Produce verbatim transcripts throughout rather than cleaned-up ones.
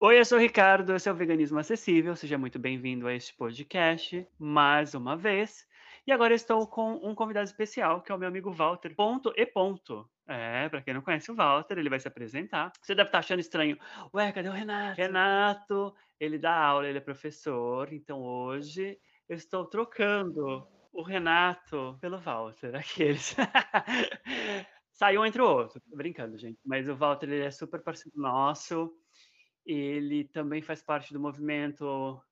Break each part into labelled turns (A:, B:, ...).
A: Oi, eu sou o Ricardo, esse é o Veganismo Acessível. Seja muito bem-vindo a este podcast, mais uma vez. E agora eu estou com um convidado especial, que é o meu amigo Walter, ponto e ponto. É, pra quem não conhece o Walter, ele vai se apresentar. Você deve estar achando estranho. Ué, cadê o Renato? Renato, ele dá aula, ele é professor. Então hoje eu estou trocando o Renato pelo Walter, aqueles. Saiu um entre o outro. Tô brincando, gente. Mas o Walter, ele é super parceiro nosso. Ele também faz parte do movimento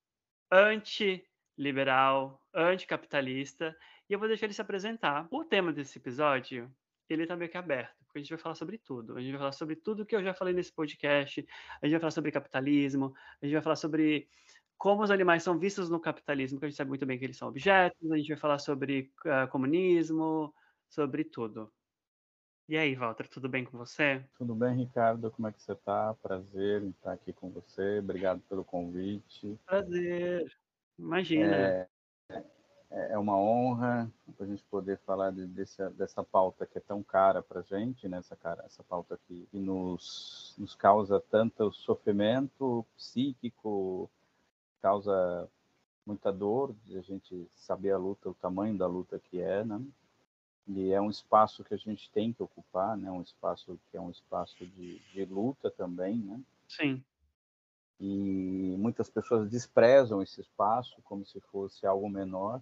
A: antiliberal, anticapitalista, e eu vou deixar ele se apresentar. O tema desse episódio, ele tá meio que aberto, porque a gente vai falar sobre tudo. A gente vai falar sobre tudo que eu já falei nesse podcast, a gente vai falar sobre capitalismo, a gente vai falar sobre como os animais são vistos no capitalismo, que a gente sabe muito bem que eles são objetos, a gente vai falar sobre, hã, comunismo, sobre tudo. E aí, Walter, tudo bem com você?
B: Tudo bem, Ricardo? Como é que você está? Prazer em estar aqui com você. Obrigado pelo convite.
A: Prazer, imagina.
B: É é uma honra a gente poder falar de, desse, dessa pauta que é tão cara para a gente, né? essa, cara, essa pauta que, que nos, nos causa tanto sofrimento psíquico, causa muita dor de a gente saber a luta, o tamanho da luta que é, né? E é um espaço que a gente tem que ocupar, né? Um espaço que é um espaço de, de luta também, né?
A: Sim.
B: E muitas pessoas desprezam esse espaço como se fosse algo menor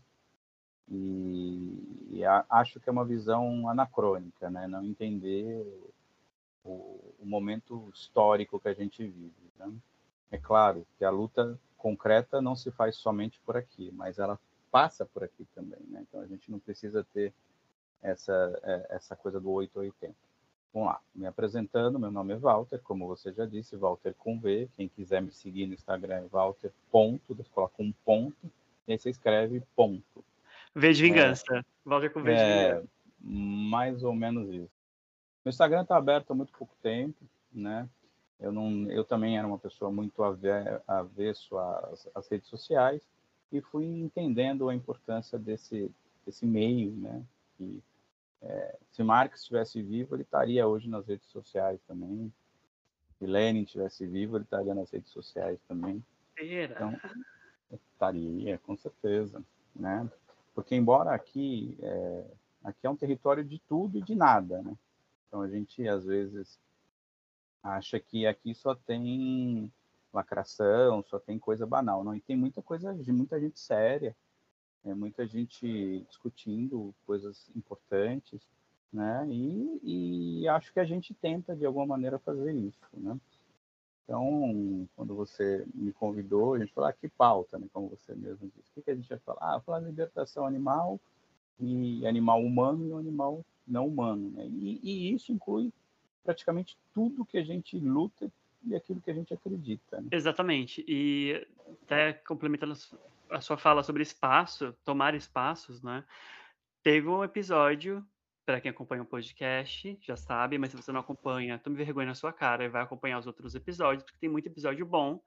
B: e, e a, acho que é uma visão anacrônica, né? Não entender o, o momento histórico que a gente vive, né? É claro que a luta concreta não se faz somente por aqui, mas ela passa por aqui também, né? Então a gente não precisa ter essa, essa coisa do oito ou oitenta. Vamos lá, me apresentando, meu nome é Walter, como você já disse, Walter com V. Quem quiser me seguir no Instagram é Walter, ponto, você coloca um ponto, e aí você escreve ponto.
A: V de vingança. Walter com V de vingança.
B: É mais ou menos isso. Meu Instagram está aberto há muito pouco tempo, né? Eu, não, eu também era uma pessoa muito ave, avesso às, às redes sociais e fui entendendo a importância desse, desse meio, né? Que, se Marx estivesse vivo, ele estaria hoje nas redes sociais também. Se Lenin estivesse vivo, ele estaria nas redes sociais também.
A: Será?
B: Então, estaria, com certeza, né? Porque embora aqui é, aqui é um território de tudo e de nada, né? Então a gente às vezes acha que aqui só tem lacração, só tem coisa banal, não? E tem muita coisa, muita gente séria, é, muita gente discutindo coisas importantes, né? E, e acho que a gente tenta de alguma maneira fazer isso, né? Então, quando você me convidou, a gente falou, ah, que pauta, né? Como você mesmo disse. O que, que a gente vai falar? Ah, falar de libertação animal e animal humano e animal não humano, né? E, e isso inclui praticamente tudo que a gente luta e aquilo que a gente acredita, né?
A: Exatamente. E até complementando a su a sua fala sobre espaço, tomar espaços, né, teve um episódio, para quem acompanha o podcast já sabe, mas se você não acompanha, tome vergonha na sua cara e vai acompanhar os outros episódios, porque tem muito episódio bom.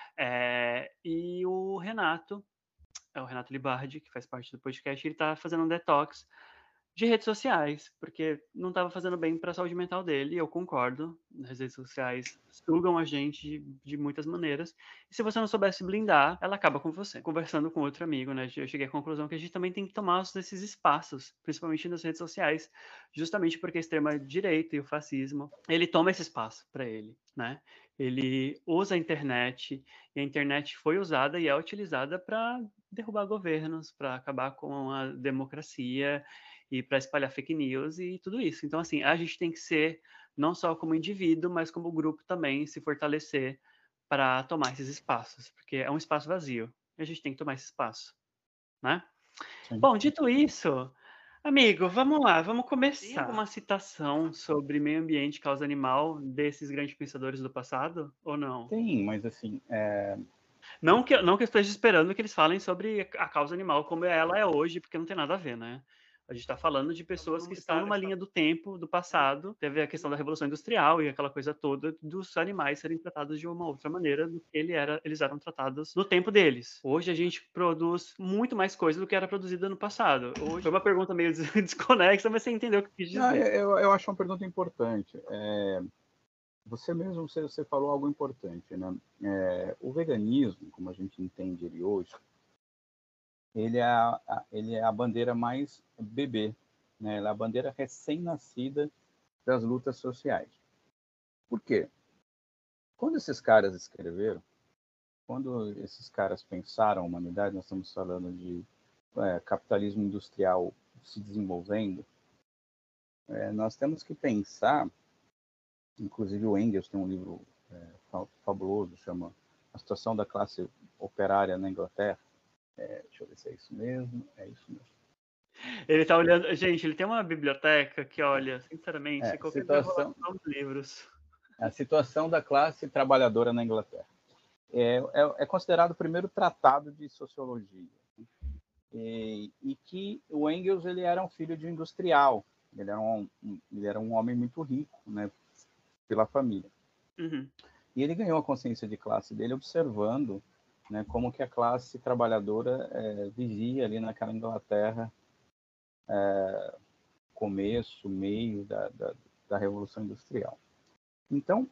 A: Eh, e o Renato, é o Renato Libardi, que faz parte do podcast, ele tá fazendo um detox de redes sociais, porque não estava fazendo bem para a saúde mental dele, eu concordo. As redes sociais sugam a gente de, de muitas maneiras. E se você não soubesse blindar, ela acaba com você. Conversando com outro amigo, né? Eu cheguei à conclusão que a gente também tem que tomar esses espaços, principalmente nas redes sociais, justamente porque a extrema-direita e o fascismo, ele toma esse espaço para ele, né? Ele usa a internet, e a internet foi usada e é utilizada para derrubar governos, para acabar com a democracia e para espalhar fake news e tudo isso. Então, assim, a gente tem que ser, não só como indivíduo, mas como grupo também, se fortalecer para tomar esses espaços, porque é um espaço vazio. E a gente tem que tomar esse espaço, né?
B: Sim.
A: Bom, dito isso, amigo, vamos lá, vamos começar. Tem alguma citação sobre meio ambiente e causa animal desses grandes pensadores do passado, ou não?
B: Tem, mas assim, é,
A: Não que, não que eu esteja esperando que eles falem sobre a causa animal como ela é hoje, porque não tem nada a ver, né? A gente está falando de pessoas que estão numa linha do tempo, do passado. Teve a questão da Revolução Industrial e aquela coisa toda dos animais serem tratados de uma outra maneira do que ele era, eles eram tratados no tempo deles. Hoje a gente produz muito mais coisa do que era produzida no passado. Hoje, foi uma pergunta meio desconexa, mas você entendeu o que eu quis
B: não,
A: dizer.
B: eu, eu acho uma pergunta importante. você mesmo você, você falou algo importante, né? É, o veganismo, como a gente entende ele hoje, ele é a, a, ele é a bandeira mais bebê, né? Ela é a bandeira recém-nascida das lutas sociais. Por quê? Quando esses caras escreveram, quando esses caras pensaram a humanidade, nós estamos falando de é, capitalismo industrial se desenvolvendo, é, nós temos que pensar, inclusive o Engels tem um livro é, fabuloso, chama A Situação da Classe Operária na Inglaterra. É, deixa eu ver se é isso mesmo, é isso mesmo.
A: Ele tá olhando, gente, ele tem uma biblioteca que, olha, sinceramente,
B: É,
A: qualquer dia eu vou lá
B: situação,
A: comprar uns livros.
B: a situação da classe trabalhadora na Inglaterra. É, é, é considerado o primeiro tratado de sociologia. E, e que o Engels ele era um filho de um industrial, ele era um, ele era um homem muito rico, né, pela família.
A: Uhum.
B: E ele ganhou a consciência de classe dele observando, né, como que a classe trabalhadora é, vivia ali naquela Inglaterra, é, começo, meio da, da, da Revolução Industrial. Então,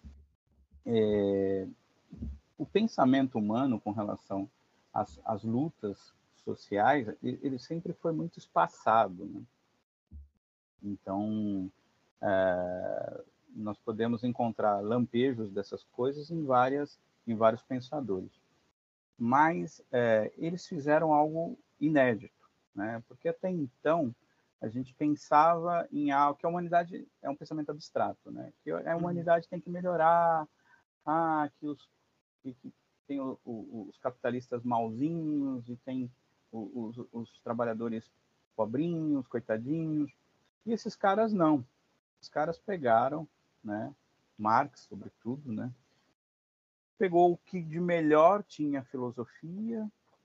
B: é, o pensamento humano com relação às, às lutas sociais, ele sempre foi muito espaçado, né? Então, é, nós podemos encontrar lampejos dessas coisas em várias, em vários pensadores. Mas é, eles fizeram algo inédito, né? Porque até então a gente pensava em algo que a humanidade é um pensamento abstrato, né? Que a humanidade tem que melhorar, ah, que os que, que tem o, o, os capitalistas malzinhos e tem o, os, os trabalhadores pobrinhos, coitadinhos. E esses caras não. Os caras pegaram, né? Marx, sobretudo, né? Pegou o que de melhor tinha a filosofia,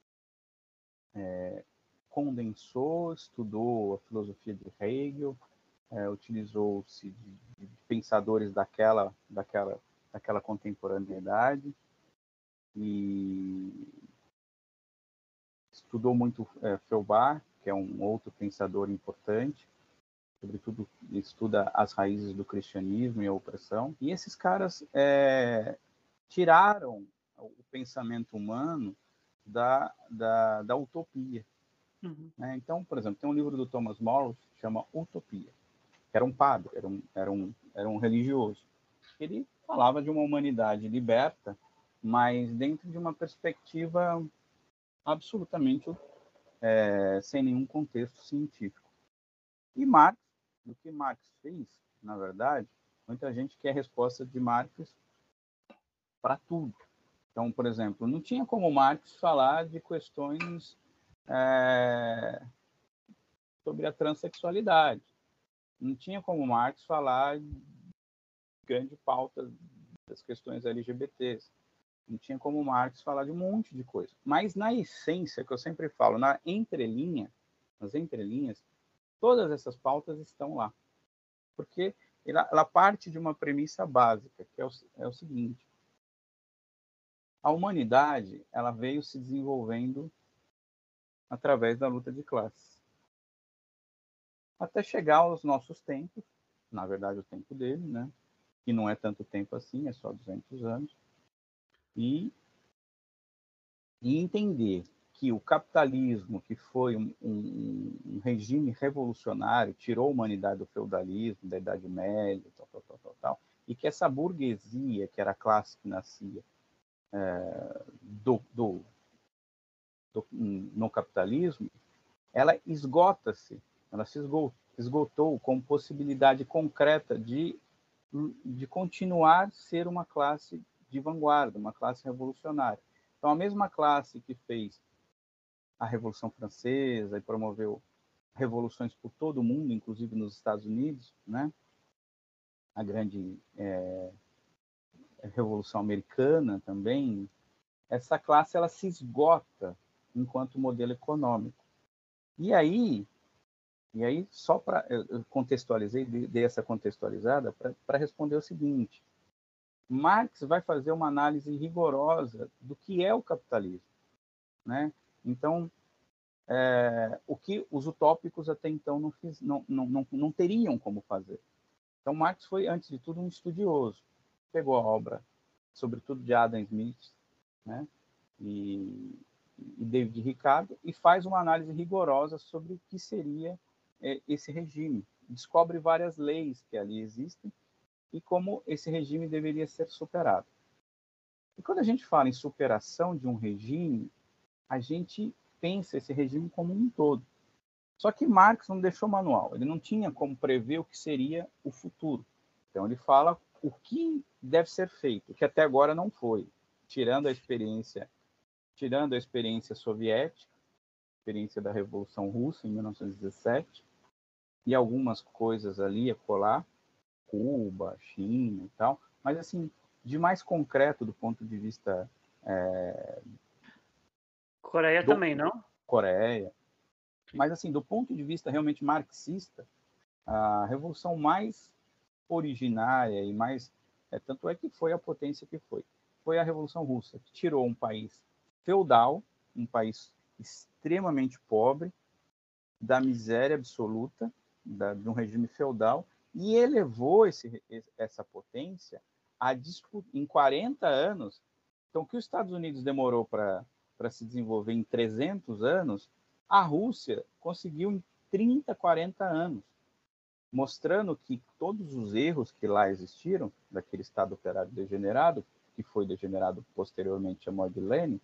B: é, condensou, estudou a filosofia de Hegel, é, utilizou-se de, de pensadores daquela, daquela, daquela contemporaneidade e estudou muito é, Feuerbach, que é um outro pensador importante, sobretudo estuda as raízes do cristianismo e a opressão. E esses caras é, tiraram o pensamento humano da, da, da utopia.
A: Uhum.
B: Né? Então, por exemplo, tem um livro do Thomas More que chama Utopia, que era um padre, era um, era um, era um religioso. Ele falava de uma humanidade liberta, mas dentro de uma perspectiva absolutamente é, sem nenhum contexto científico. E Marx, o que Marx fez, na verdade, muita gente quer a resposta de Marx para tudo. Então, por exemplo, não tinha como Marx falar de questões é, sobre a transexualidade. Não tinha como Marx falar de grande pauta das questões L G B Ts. Não tinha como Marx falar de um monte de coisa. Mas na essência, que eu sempre falo, na entrelinha, nas entrelinhas, todas essas pautas estão lá. Porque ela, ela parte de uma premissa básica, que é o, é o seguinte: a humanidade ela veio se desenvolvendo através da luta de classes. Até chegar aos nossos tempos, na verdade o tempo dele, né? Que não é tanto tempo assim, é só duzentos anos, e, e entender que o capitalismo, que foi um, um, um regime revolucionário, tirou a humanidade do feudalismo, da Idade Média, tal, tal, tal, tal, tal, e que essa burguesia, que era a classe que nascia é, do, do, do, no capitalismo, ela esgota-se, ela se esgotou, esgotou como possibilidade concreta de, de continuar a ser uma classe de vanguarda, uma classe revolucionária. Então, a mesma classe que fez a Revolução Francesa e promoveu revoluções por todo o mundo, inclusive nos Estados Unidos, né? A grande é, Revolução Americana também, essa classe ela se esgota enquanto modelo econômico. E aí, e aí só para eu contextualizei, dei essa contextualizada para responder o seguinte: Marx vai fazer uma análise rigorosa do que é o capitalismo, né? Então, é, o que os utópicos até então não, fiz, não, não, não, não teriam como fazer. Então, Marx foi, antes de tudo, um estudioso. pegou a obra, sobretudo de Adam Smith, né, e, e David Ricardo, e faz uma análise rigorosa sobre o que seria é, esse regime. Descobre várias leis que ali existem e como esse regime deveria ser superado. E quando a gente fala em superação de um regime, a gente pensa esse regime como um todo. Só que Marx não deixou manual, ele não tinha como prever o que seria o futuro. Então ele fala o que deve ser feito, o que até agora não foi, tirando a experiência, tirando a experiência soviética, a experiência da Revolução Russa em mil novecentos e dezessete, e algumas coisas ali a colar, Cuba, China e tal, mas assim, de mais concreto do ponto de vista é,
A: Coreia
B: do
A: também, não?
B: Coreia, mas assim, do ponto de vista realmente marxista, a revolução mais originária e mais, é, tanto é que foi a potência que foi, foi a Revolução Russa, que tirou um país feudal, um país extremamente pobre, da miséria absoluta, da, de um regime feudal, e elevou esse, essa potência a disputa, em quarenta anos. Então, o que os Estados Unidos demorou para se desenvolver em trezentos anos, a Rússia conseguiu em trinta, quarenta anos, mostrando que todos os erros que lá existiram, daquele Estado operário degenerado, que foi degenerado posteriormente a morte de Lenin,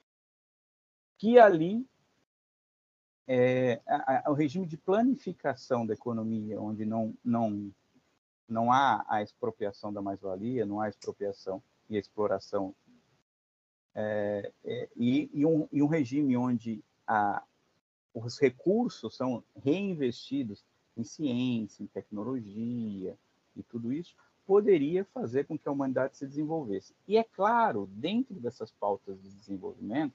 B: que ali é, a, a, o regime de planificação da economia, onde não, não, não há a expropriação da mais-valia, não há expropriação e exploração, é, é, e, e, um, e um regime onde a, os recursos são reinvestidos em ciência, em tecnologia e tudo isso, poderia fazer com que a humanidade se desenvolvesse. E é claro, dentro dessas pautas de desenvolvimento,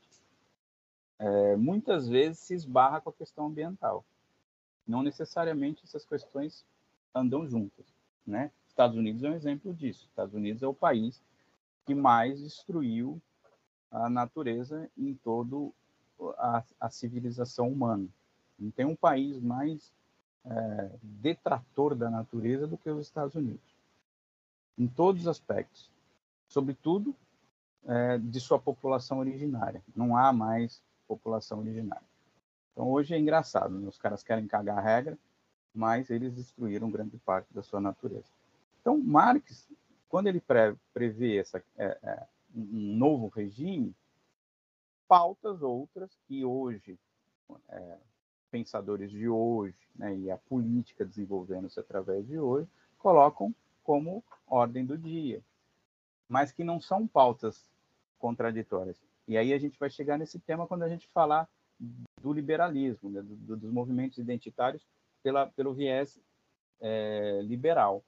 B: é, muitas vezes se esbarra com a questão ambiental. Não necessariamente essas questões andam juntas, né? Estados Unidos é um exemplo disso. Estados Unidos é o país que mais destruiu a natureza em todo a, a civilização humana. Não tem um país mais é, detrator da natureza do que os Estados Unidos, em todos os aspectos, sobretudo é, de sua população originária. Não há mais população originária. Então, hoje é engraçado, né? Os caras querem cagar a regra, mas eles destruíram grande parte da sua natureza. Então, Marx, quando ele pre prevê essa, é, é, um novo regime, pautas outras que hoje, é, pensadores de hoje, né, e a política desenvolvendo-se através de hoje, colocam como ordem do dia, mas que não são pautas contraditórias. E aí a gente vai chegar nesse tema quando a gente falar do liberalismo, né, do, dos movimentos identitários pela, pelo viés é, liberal.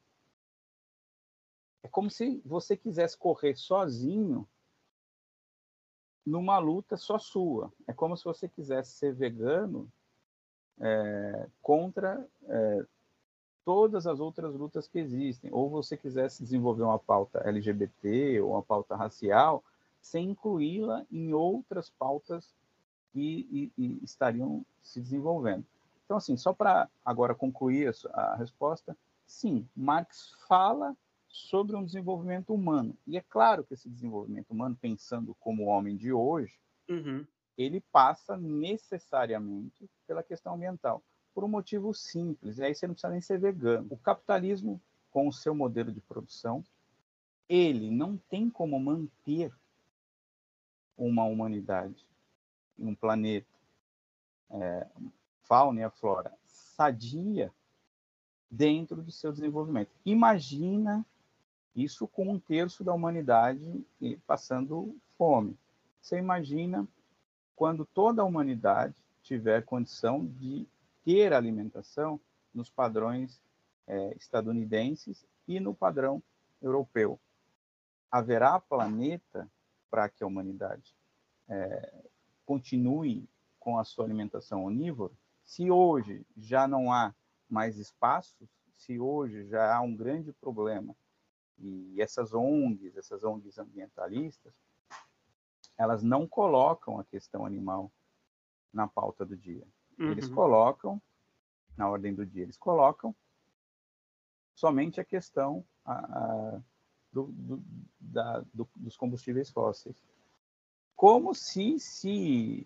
B: É como se você quisesse correr sozinho numa luta só sua. É como se você quisesse ser vegano é, contra é, todas as outras lutas que existem. Ou você quisesse desenvolver uma pauta L G B T ou uma pauta racial sem incluí-la em outras pautas que e, e estariam se desenvolvendo. Então, assim, só para agora concluir a resposta, sim, Marx fala sobre um desenvolvimento humano. E é claro que esse desenvolvimento humano, pensando como o homem de hoje,
A: uhum.
B: ele passa necessariamente pela questão ambiental, por um motivo simples, e aí você não precisa nem ser vegano. O capitalismo, com o seu modelo de produção, ele não tem como manter uma humanidade, um planeta, é, fauna e a flora, sadia dentro do seu desenvolvimento. Imagina isso com um terço da humanidade passando fome. Você imagina quando toda a humanidade tiver condição de ter alimentação nos padrões é, estadunidenses e no padrão europeu. Haverá planeta para que a humanidade é, continue com a sua alimentação onívora? Se hoje já não há mais espaços, se hoje já há um grande problema, e essas O N Gs, essas O N Gs ambientalistas, elas não colocam a questão animal na pauta do dia.
A: Uhum.
B: Eles colocam, na ordem do dia, eles colocam somente a questão a, a, do, do, da, do, dos combustíveis fósseis. Como se, se,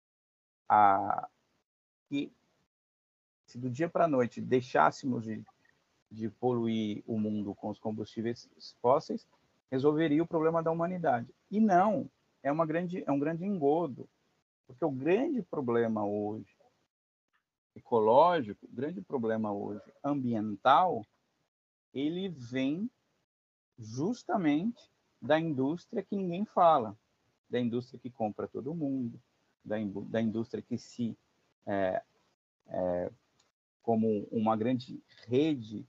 B: a, que, se do dia para a noite deixássemos de, de poluir o mundo com os combustíveis fósseis, resolveria o problema da humanidade. E não, é, uma grande, é um grande engodo, porque o grande problema hoje ecológico, o grande problema hoje ambiental, ele vem justamente da indústria que ninguém fala, da indústria que compra todo mundo, da, da indústria que se, é, é, como uma grande rede,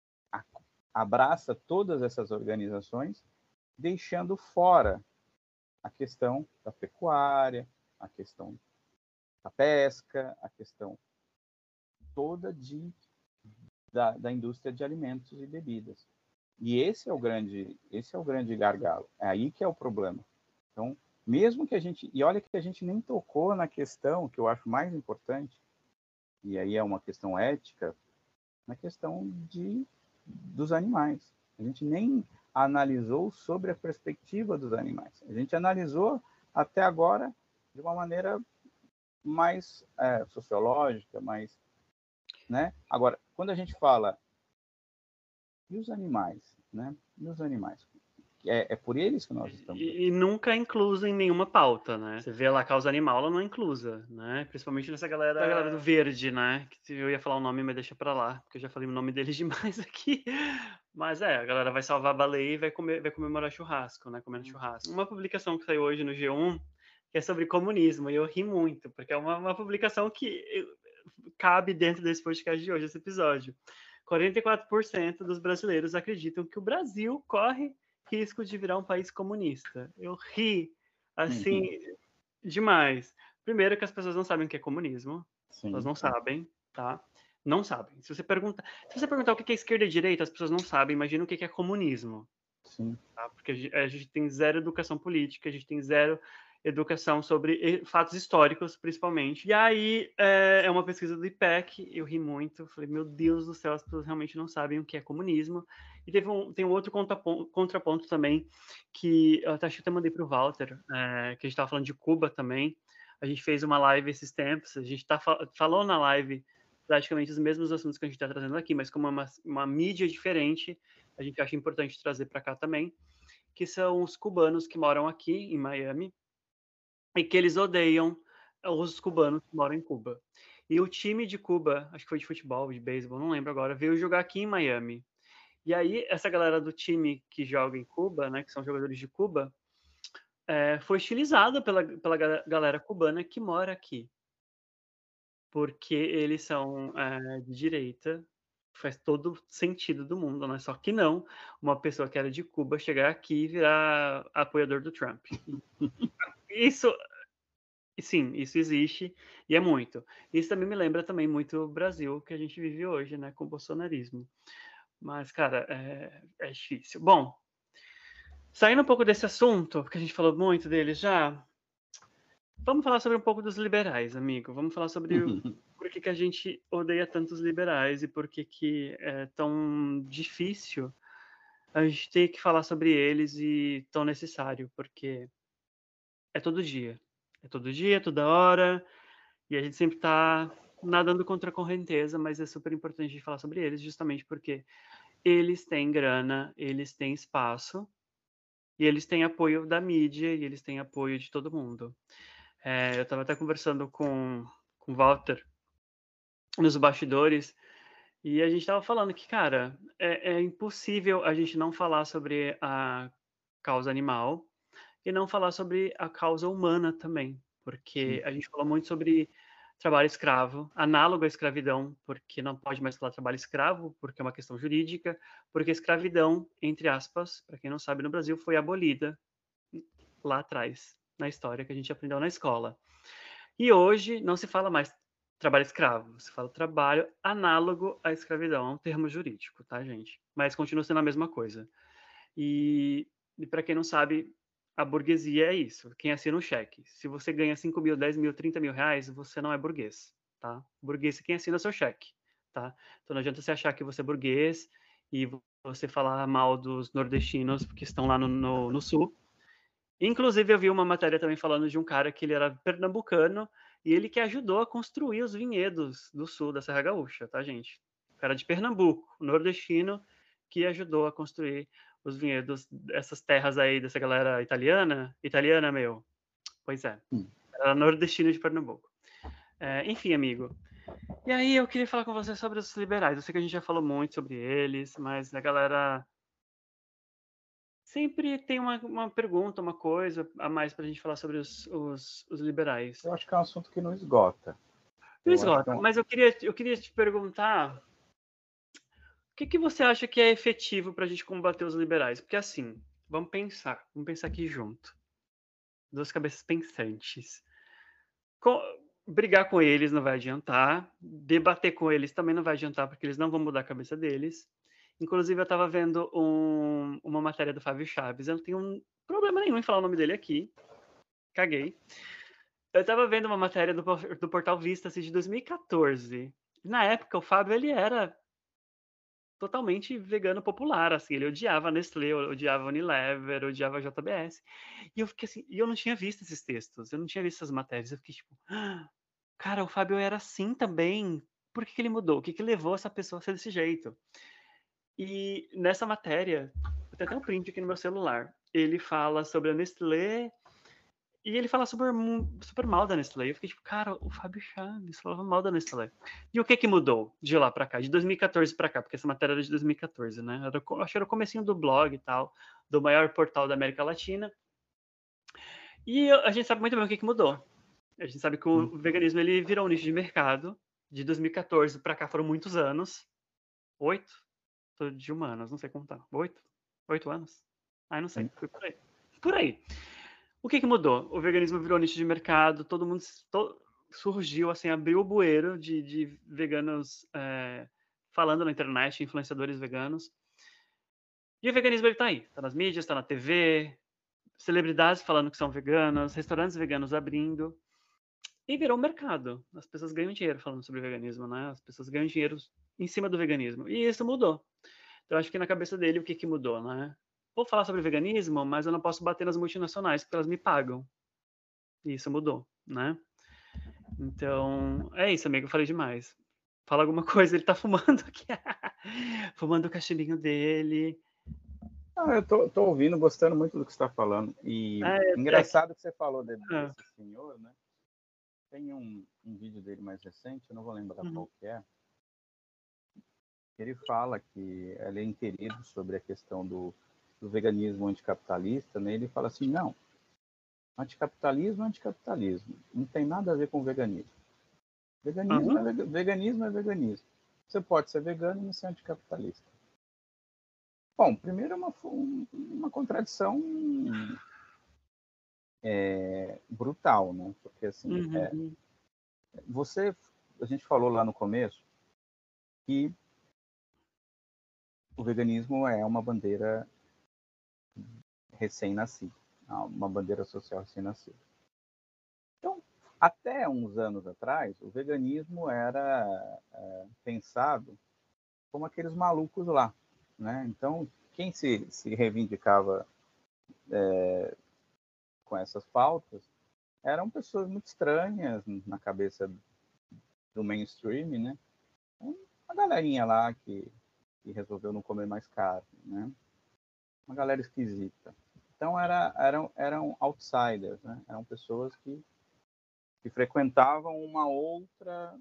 B: abraça todas essas organizações, deixando fora a questão da pecuária, a questão da pesca, a questão toda de, da, da indústria de alimentos e bebidas. E esse é o grande, esse é o grande gargalo. É aí que é o problema. Então, mesmo que a gente... E olha que a gente nem tocou na questão que eu acho mais importante, e aí é uma questão ética, na questão de, dos animais. A gente nem analisou sobre a perspectiva dos animais. A gente analisou até agora de uma maneira mais é, sociológica, mais... Né? Agora, quando a gente fala e os animais, né? E os animais? É, é por eles que nós estamos aqui.
A: E, e nunca é incluso em nenhuma pauta, né? Você vê lá a causa animal, ela não é inclusa, né? Principalmente nessa galera, da galera do verde, né? Que eu ia falar o nome, mas deixa pra lá, porque eu já falei o nome deles demais aqui. Mas é, a galera vai salvar a baleia e vai, comer, vai comemorar churrasco, né? Comendo churrasco. Uma publicação que saiu hoje no G um, que é sobre comunismo, e eu ri muito, porque é uma, uma publicação que cabe dentro desse podcast de hoje, esse episódio. quarenta e quatro por cento dos brasileiros acreditam que o Brasil corre risco de virar um país comunista. Eu ri, assim, uhum. demais. Primeiro que as pessoas não sabem o que é comunismo. Sim. Elas não sabem, tá? Não sabem. Se você pergunta, se você perguntar o que é esquerda e direita, as pessoas não sabem. Imagina o que é comunismo.
B: Sim.
A: Tá? Porque a gente, a gente tem zero educação política, a gente tem zero educação sobre fatos históricos, principalmente. E aí, é, é uma pesquisa do I P E C, eu ri muito, falei, meu Deus do céu, as pessoas realmente não sabem o que é comunismo. E teve um, tem um outro contraponto, contraponto também, que eu até, acho que até mandei para o Walter, é, que a gente estava falando de Cuba também. A gente fez uma live esses tempos, a gente tá, falou na live praticamente os mesmos assuntos que a gente está trazendo aqui, mas como é uma, uma mídia diferente, a gente acha importante trazer para cá também, que são os cubanos que moram aqui em Miami, e que eles odeiam os cubanos que moram em Cuba. E o time de Cuba, acho que foi de futebol, de beisebol, não lembro agora, veio jogar aqui em Miami. E aí, essa galera do time que joga em Cuba, né, que são jogadores de Cuba, é, foi estilizada pela, pela galera cubana que mora aqui. Porque eles são é, de direita, faz todo sentido do mundo, né? Só que não, uma pessoa que era de Cuba chegar aqui e virar apoiador do Trump. Isso... Sim, isso existe e é muito. Isso também me lembra também muito o Brasil que a gente vive hoje, né, com o bolsonarismo. Mas, cara, é, é difícil. Bom, saindo um pouco desse assunto, porque a gente falou muito dele já, vamos falar sobre um pouco dos liberais, amigo. Vamos falar sobre o, por que, que a gente odeia tanto os liberais e por que, que é tão difícil a gente ter que falar sobre eles e tão necessário, porque é todo dia. É todo dia, toda hora. E a gente sempre está nadando contra a correnteza, mas é super importante a gente falar sobre eles, justamente porque eles têm grana, eles têm espaço, e eles têm apoio da mídia, e eles têm apoio de todo mundo. É, eu estava até conversando com, com o Walter nos bastidores, e a gente estava falando que, cara, é, é impossível a gente não falar sobre a causa animal e não falar sobre a causa humana também, porque a gente falou muito sobre trabalho escravo, análogo à escravidão, porque não pode mais falar trabalho escravo, porque é uma questão jurídica, porque a escravidão, entre aspas, para quem não sabe, no Brasil foi abolida lá atrás, na história que a gente aprendeu na escola. E hoje não se fala mais trabalho escravo, se fala trabalho análogo à escravidão, é um termo jurídico, tá, gente? Mas continua sendo a mesma coisa. E, e para quem não sabe, a burguesia é isso, quem assina o cheque. Se você ganha cinco mil, dez mil, trinta mil reais, você não é burguês, tá? Burguês é quem assina seu cheque, tá? Então não adianta você achar que você é burguês e você falar mal dos nordestinos que estão lá no, no, no sul. Inclusive, eu vi uma matéria também falando de um cara que ele era pernambucano e ele que ajudou a construir os vinhedos do sul da Serra Gaúcha, tá, gente? O cara de Pernambuco, nordestino, que ajudou a construir os vinhedos dessas terras aí, dessa galera italiana. Italiana, meu. Pois é.
B: Hum.
A: Era nordestino de Pernambuco. É, enfim, amigo. E aí, eu queria falar com você sobre os liberais. Eu sei que a gente já falou muito sobre eles, mas a galera sempre tem uma, uma pergunta, uma coisa a mais para a gente falar sobre os, os, os liberais.
B: Eu acho que é um assunto que não esgota.
A: Não
B: Eu acho que
A: esgota,
B: é um...
A: mas eu queria, eu queria te perguntar o que, que você acha que é efetivo para a gente combater os liberais? Porque assim, vamos pensar, vamos pensar aqui junto. Duas cabeças pensantes. Com, brigar com eles não vai adiantar, debater com eles também não vai adiantar, porque eles não vão mudar a cabeça deles. Inclusive, eu estava vendo um, uma matéria do Fábio Chaves, eu não tenho um problema nenhum em falar o nome dele aqui, caguei. Eu estava vendo uma matéria do, do Portal Vista assim, de dois mil e quatorze. Na época, o Fábio ele era totalmente vegano popular, assim, ele odiava a Nestlé, odiava a Unilever, odiava a J B S. E eu fiquei assim, e eu não tinha visto esses textos, eu não tinha visto essas matérias, eu fiquei tipo, ah, cara, o Fábio era assim também, por que, que ele mudou? O que, que levou essa pessoa a ser desse jeito? E nessa matéria, eu tenho até um print aqui no meu celular, ele fala sobre a Nestlé. E ele fala super, super mal da Nestlé. Eu fiquei tipo, cara, o Fábio Chaves falava mal da Nestlé. E o que que mudou de lá pra cá? De dois mil e quatorze pra cá, porque essa matéria era de dois mil e quatorze, né? Era, acho que era o comecinho do blog e tal, do maior portal da América Latina. E a gente sabe muito bem o que que mudou. A gente sabe que o veganismo ele virou um nicho de mercado. De dois mil e quatorze pra cá foram muitos anos. Oito? Tô de humanas, não sei contar. Oito? Oito anos? Ah, não sei. Foi por aí. Por aí. O que que mudou? O veganismo virou nicho de mercado, todo mundo to, surgiu, assim, abriu o bueiro de, de veganos é, falando na internet, influenciadores veganos. E o veganismo, ele tá aí. Tá nas mídias, tá na T V, celebridades falando que são veganas, restaurantes veganos abrindo. E virou um mercado. As pessoas ganham dinheiro falando sobre veganismo, né? As pessoas ganham dinheiro em cima do veganismo. E isso mudou. Então, acho que na cabeça dele, o que que mudou, né? Vou falar sobre veganismo, mas eu não posso bater nas multinacionais porque elas me pagam. E isso mudou, né? Então, é isso, amigo, eu falei demais. Fala alguma coisa, ele tá fumando aqui. Fumando o cachimbinho dele.
B: Ah, eu tô, tô ouvindo, gostando muito do que você está falando. E
A: É, é que...
B: engraçado que você falou de,
A: ah,
B: desse senhor, né? Tem um, um vídeo dele mais recente, eu não vou lembrar
A: uhum.
B: qual que é. Ele fala que ele é inquirido sobre a questão do, do veganismo anticapitalista, né? Ele fala assim, não, anticapitalismo é anticapitalismo, não tem nada a ver com veganismo. Veganismo,
A: Uhum.
B: é, veganismo é veganismo. Você pode ser vegano e não ser anticapitalista. Bom, primeiro é uma, uma contradição é, brutal, né? Porque assim, é,
A: Uhum.
B: você, a gente falou lá no começo que o veganismo é uma bandeira recém-nascida, uma bandeira social recém-nascida. Então, até uns anos atrás, o veganismo era é, pensado como aqueles malucos lá, né? Então, quem se, se reivindicava é, com essas pautas eram pessoas muito estranhas na cabeça do mainstream, né? Uma galerinha lá que, que resolveu não comer mais carne, né? Uma galera esquisita. Então era, eram, eram outsiders, né? Eram pessoas que, que frequentavam uma outra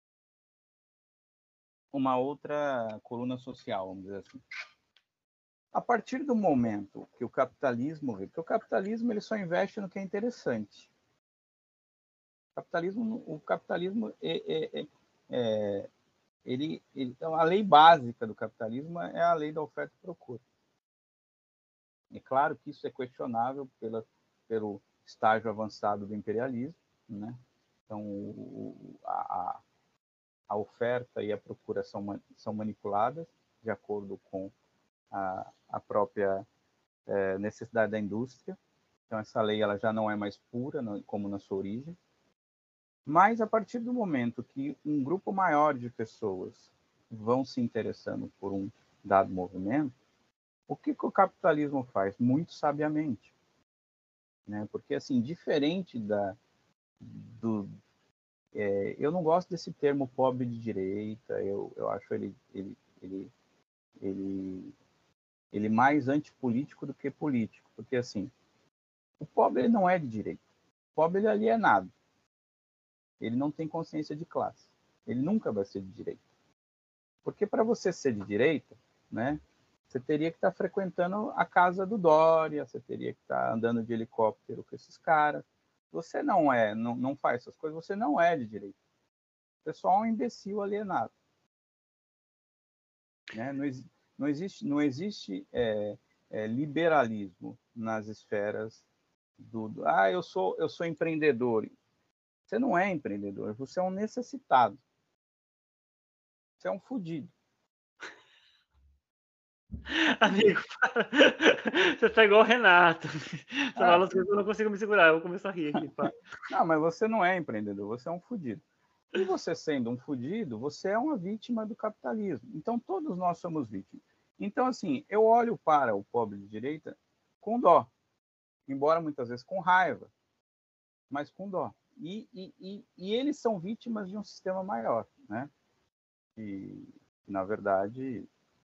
B: uma outra coluna social, vamos dizer assim. A partir do momento que o capitalismo vê, porque o capitalismo ele só investe no que é interessante. O capitalismo, o capitalismo é, é, é, é ele, ele, então, a lei básica do capitalismo é a lei da oferta e procura. É claro que isso é questionável pela, pelo estágio avançado do imperialismo, né? Então, o, a, a oferta e a procura são, são manipuladas de acordo com a, a própria é, necessidade da indústria. Então, essa lei ela já não é mais pura, como na sua origem. Mas, a partir do momento que um grupo maior de pessoas vão se interessando por um dado movimento, o que, que o capitalismo faz? Muito sabiamente. Né? Porque, assim, diferente da, do... É, eu não gosto desse termo pobre de direita, eu, eu acho ele, ele, ele, ele, ele mais antipolítico do que político, porque, assim, o pobre ele não é de direita, o pobre ele é alienado, ele não tem consciência de classe, ele nunca vai ser de direita. Porque para você ser de direita, né, você teria que estar frequentando a casa do Dória, você teria que estar andando de helicóptero com esses caras. Você não é, não, não faz essas coisas, você não é de direita. O pessoal é um imbecil alienado. Né? Não, não existe, não existe é, é, liberalismo nas esferas do, do... Ah, eu sou, eu sou empreendedor. Você não é empreendedor, você é um necessitado. Você é um fudido.
A: Amigo, para. Você tá igual o Renato. Você
B: Ah,
A: fala as coisas que eu não consigo me segurar, eu vou começar a rir aqui. Para.
B: Não, mas você não é empreendedor, você é um fudido. E você sendo um fudido, você é uma vítima do capitalismo. Então, todos nós somos vítimas. Então, assim, eu olho para o pobre de direita com dó, embora muitas vezes com raiva, mas com dó. E, e, e, e eles são vítimas de um sistema maior, né? E, na verdade,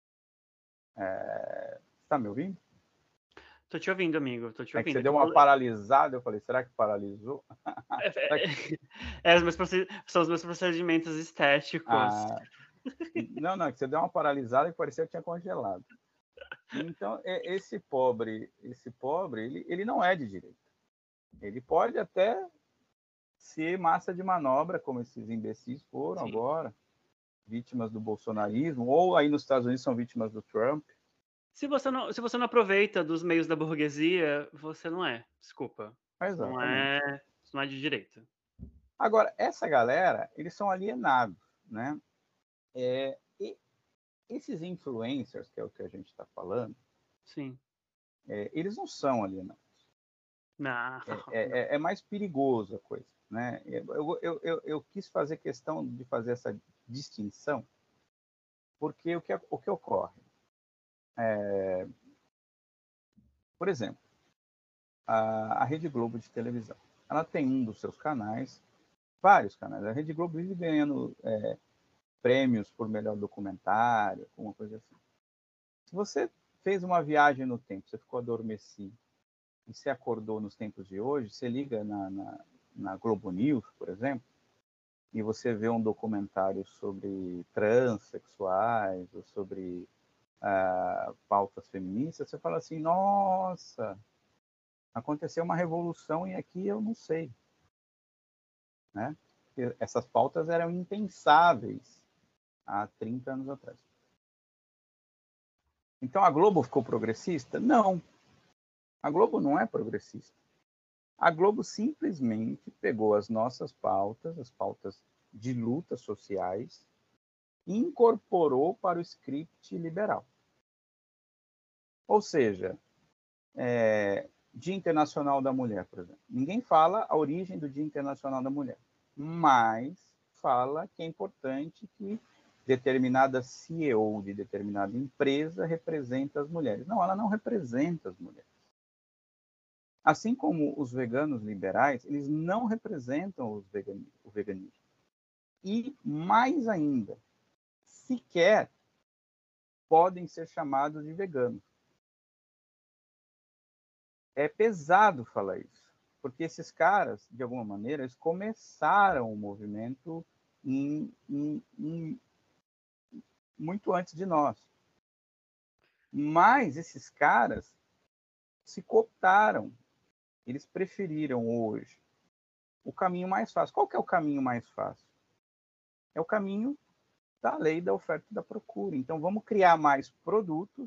B: é... está me ouvindo?
A: Tô te ouvindo, amigo, tô te
B: É que
A: ouvindo.
B: você
A: É que
B: deu
A: eu
B: uma
A: vou...
B: paralisada, eu falei, será que paralisou?
A: É,
B: será
A: é,
B: que...
A: é, os meus proced... São os meus procedimentos estéticos.
B: Ah, não, não, é que você deu uma paralisada e parecia que tinha congelado. Então, esse pobre, esse pobre, ele, ele não é de direita. Ele pode até ser massa de manobra, como esses imbecis foram
A: Sim.
B: agora, vítimas do bolsonarismo, ou aí nos Estados Unidos são vítimas do Trump.
A: Se você não, se você não aproveita dos meios da burguesia, você não é. Desculpa. Isso não
B: Exatamente.
A: é, isso não é de direita.
B: Agora, essa galera, eles são alienados, né? É, e esses influencers, que é o que a gente está falando,
A: Sim.
B: é, eles não são alienados.
A: Não,
B: É,
A: não.
B: é, é mais perigoso a coisa, né? Eu, eu, eu, eu quis fazer questão de fazer essa distinção, porque o que, o que ocorre? É, por exemplo, a, a Rede Globo de televisão, ela tem um dos seus canais, vários canais. A Rede Globo vive ganhando é, prêmios por melhor documentário, alguma coisa assim. Se você fez uma viagem no tempo, você ficou adormecido e se acordou nos tempos de hoje, você liga na, na, na Globo News, por exemplo, e você vê um documentário sobre transexuais ou sobre uh, pautas feministas, você fala assim, nossa, aconteceu uma revolução e aqui eu não sei. Né? Essas pautas eram impensáveis há trinta anos atrás. Então a Globo ficou progressista? Não. A Globo não é progressista. A Globo simplesmente pegou as nossas pautas, as pautas de lutas sociais, e incorporou para o script liberal. Ou seja, é, Dia Internacional da Mulher, por exemplo. Ninguém fala a origem do Dia Internacional da Mulher, mas fala que é importante que determinada C E O de determinada empresa representa as mulheres. Não, ela não representa as mulheres. Assim como os veganos liberais, eles não representam os veganismo, o veganismo. E, mais ainda, sequer podem ser chamados de veganos. É pesado falar isso, porque esses caras, de alguma maneira, eles começaram o movimento em, em, em, muito antes de nós. Mas esses caras se cooptaram. Eles preferiram hoje o caminho mais fácil. Qual que é o caminho mais fácil? É o caminho da lei da oferta e da procura. Então, vamos criar mais produtos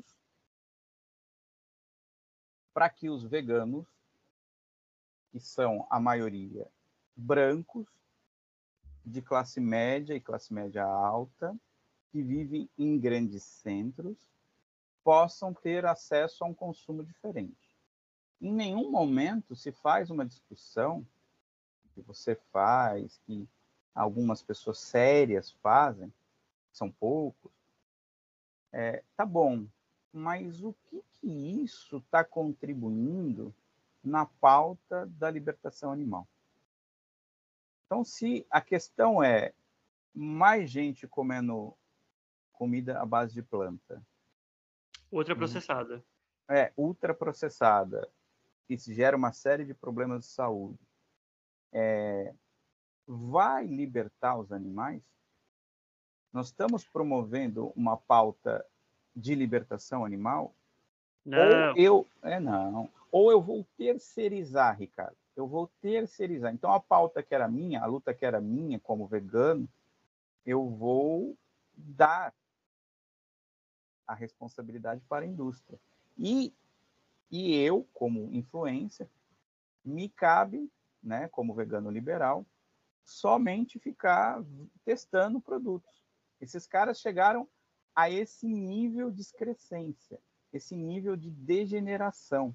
B: para que os veganos, que são a maioria brancos, de classe média e classe média alta, que vivem em grandes centros, possam ter acesso a um consumo diferente. Em nenhum momento se faz uma discussão que você faz, que algumas pessoas sérias fazem, são poucos, É, tá bom, mas o que, que isso está contribuindo na pauta da libertação animal? Então, se a questão é mais gente comendo comida à base de planta,
A: Ultraprocessada.
B: é ultraprocessada, isso gera uma série de problemas de saúde, é, vai libertar os animais? Nós estamos promovendo uma pauta de libertação animal? Ou
A: Não,
B: eu, é não, ou eu vou terceirizar, Ricardo. Eu vou terceirizar. Então a pauta que era minha, a luta que era minha como vegano, eu vou dar a responsabilidade para a indústria. E, e eu, como influência, me cabe, né, como vegano liberal, somente ficar testando produtos. Esses caras chegaram a esse nível de excrescência, esse nível de degeneração.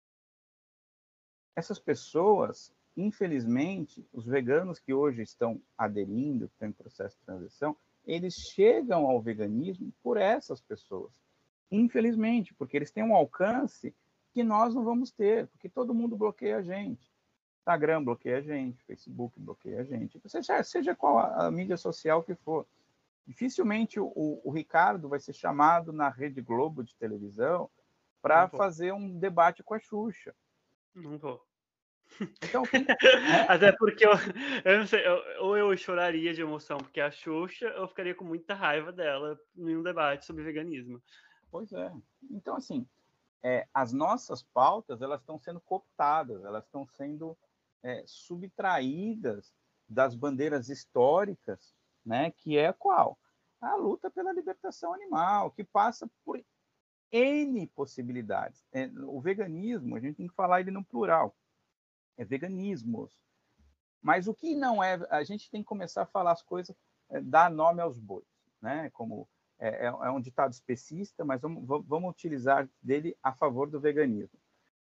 B: Essas pessoas, infelizmente, os veganos que hoje estão aderindo, que estão em processo de transição, eles chegam ao veganismo por essas pessoas. Infelizmente, porque eles têm um alcance que nós não vamos ter, porque todo mundo bloqueia a gente. Instagram bloqueia a gente, Facebook bloqueia a gente, seja, seja qual a, a mídia social que for. Dificilmente o, o Ricardo vai ser chamado na Rede Globo de televisão para fazer um debate com a Xuxa.
A: Não vou.
B: Então tem. É,
A: Até porque eu, eu não sei, eu, ou eu choraria de emoção porque a Xuxa, eu ficaria com muita raiva dela em um debate sobre veganismo.
B: pois é. Então, assim, é, as nossas pautas elas estão sendo cooptadas, elas estão sendo é, subtraídas das bandeiras históricas, né, que é qual? A luta pela libertação animal, que passa por N possibilidades. É, o veganismo, a gente tem que falar ele no plural, é veganismos. Mas o que não é, a gente tem que começar a falar as coisas, é, dar nome aos bois, né? Como é, é um ditado especista, mas vamos, vamos utilizar dele a favor do veganismo.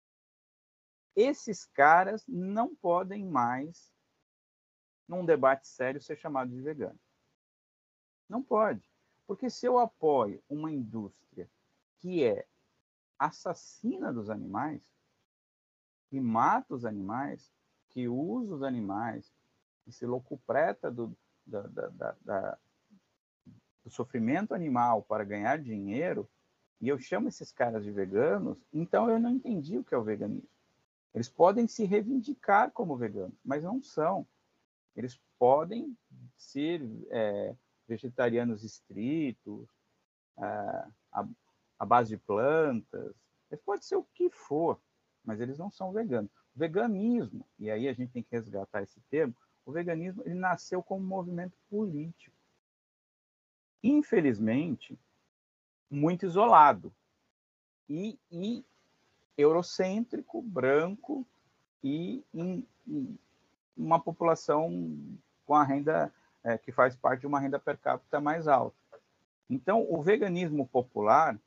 B: Esses caras não podem mais, num debate sério, ser chamados de vegano. Não pode. Porque se eu apoio uma indústria que é assassina dos animais, que mata os animais, que usa os animais, que se locupreta do, da, da, da, do sofrimento animal para ganhar dinheiro, e eu chamo esses caras de veganos, então eu não entendi o que é o veganismo. Eles podem se reivindicar como veganos, mas não são. Eles podem ser é, vegetarianos estritos, é, a, a base de plantas, eles podem ser o que for, mas eles não são veganos. O veganismo, e aí a gente tem que resgatar esse termo, o veganismo ele nasceu como um movimento político. Infelizmente, muito isolado e, e eurocêntrico, branco e em, em uma população com a renda é, que faz parte de uma renda per capita mais alta. Então, o veganismo popular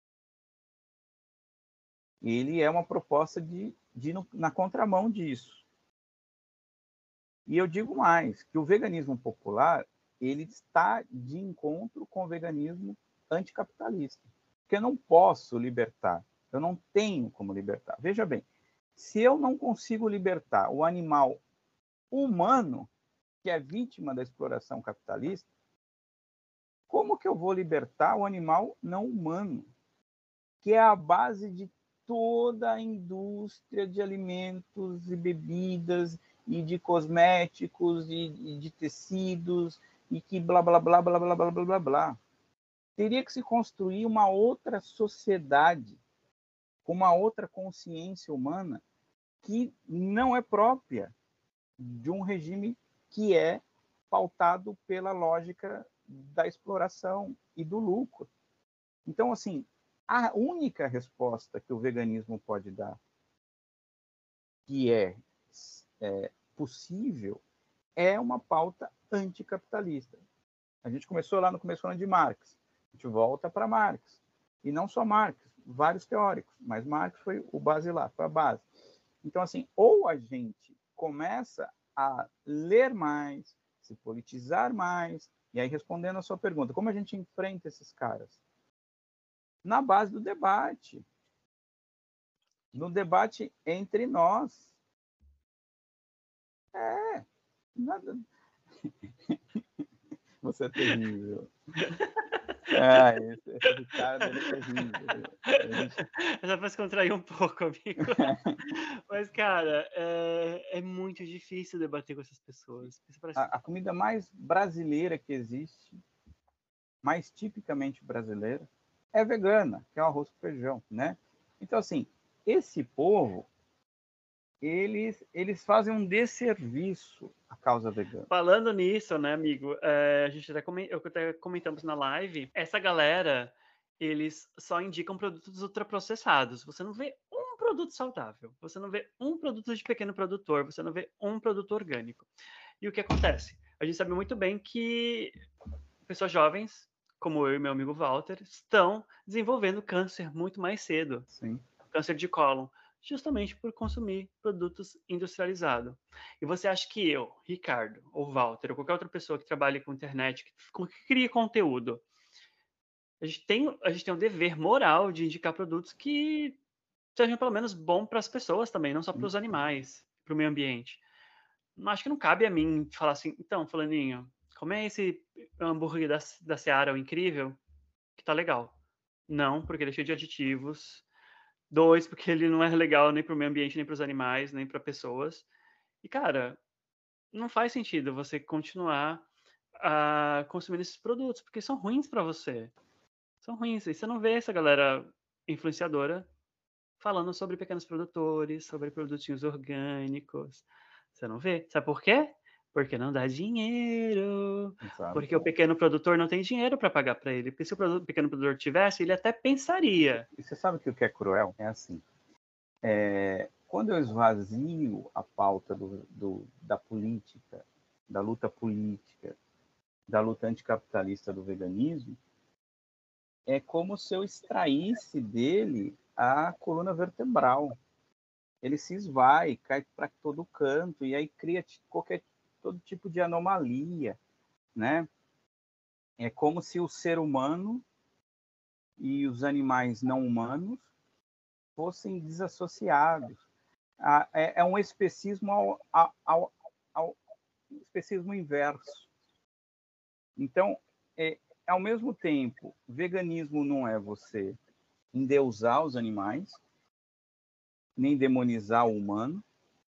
B: ele é uma proposta de, de na contramão disso. E eu digo mais, que o veganismo popular ele está de encontro com o veganismo anticapitalista. Porque eu não posso libertar, eu não tenho como libertar. Veja bem, se eu não consigo libertar o animal humano, que é vítima da exploração capitalista, como que eu vou libertar o animal não humano, que é a base de toda a indústria de alimentos e bebidas e de cosméticos e, e de tecidos e que blá blá blá blá blá blá blá blá blá. Teria que se construir uma outra sociedade com uma outra consciência humana que não é própria de um regime que é pautado pela lógica da exploração e do lucro. Então, assim, a única resposta que o veganismo pode dar, que é, é possível, é uma pauta anticapitalista. A gente começou lá no começo falando de Marx. A gente volta para Marx. E não só Marx, vários teóricos, mas Marx foi o basilar, foi a base. Então, assim, ou a gente começa a ler mais, se politizar mais, e aí respondendo a sua pergunta, como a gente enfrenta esses caras? na base do debate. No debate entre nós. É, nada... Você é terrível. Ah, esse, esse Ricardo, ele é terrível. Gente...
A: É só para se contrair um pouco, amigo. Mas, cara, é, é muito difícil debater com essas pessoas. Parece...
B: A, a comida mais brasileira que existe, mais tipicamente brasileira, é vegana, que é o arroz com feijão, né? Então, assim, esse povo, eles, eles fazem um desserviço à causa vegana.
A: Falando nisso, né, amigo, é, a gente até, coment... eu até comentamos na live, essa galera, eles só indicam produtos ultraprocessados. Você não vê um produto saudável, você não vê um produto de pequeno produtor, você não vê um produto orgânico. E o que acontece? A gente sabe muito bem que pessoas jovens, como eu e meu amigo Walter, estão desenvolvendo câncer muito mais cedo.
B: Sim.
A: Câncer de cólon, justamente por consumir produtos industrializados. E você acha que eu, Ricardo, ou Walter, ou qualquer outra pessoa que trabalhe com internet, que, que cria conteúdo, a gente tem, a gente tem um dever moral de indicar produtos que sejam pelo menos bons para as pessoas também, não só para os animais, para o meio ambiente. Acho que não cabe a mim falar assim, então, fulaninho, como é esse hambúrguer da, da Seara, o incrível, que tá legal. Não, porque ele é cheio de aditivos. Dois, porque ele não é legal nem para o meio ambiente, nem para os animais, nem para pessoas. E, cara, não faz sentido você continuar a consumindo esses produtos, porque são ruins para você. São ruins. E você não vê essa galera influenciadora falando sobre pequenos produtores, sobre produtinhos orgânicos. Você não vê. Sabe por quê? Porque não dá dinheiro.
B: Exato.
A: Porque o pequeno produtor não tem dinheiro para pagar para ele. Porque se o pequeno produtor tivesse, ele até pensaria.
B: E você sabe que o que é cruel? É assim. É, quando eu esvazio a pauta do, do, da política, da luta política, da luta anticapitalista do veganismo, é como se eu extraísse dele a coluna vertebral. Ele se esvai, cai para todo canto, e aí cria qualquer, todo tipo de anomalia, né? É como se o ser humano e os animais não humanos fossem desassociados. É um especismo ao, ao, ao especismo inverso. Então, é, ao mesmo tempo, veganismo não é você endeusar os animais, nem demonizar o humano,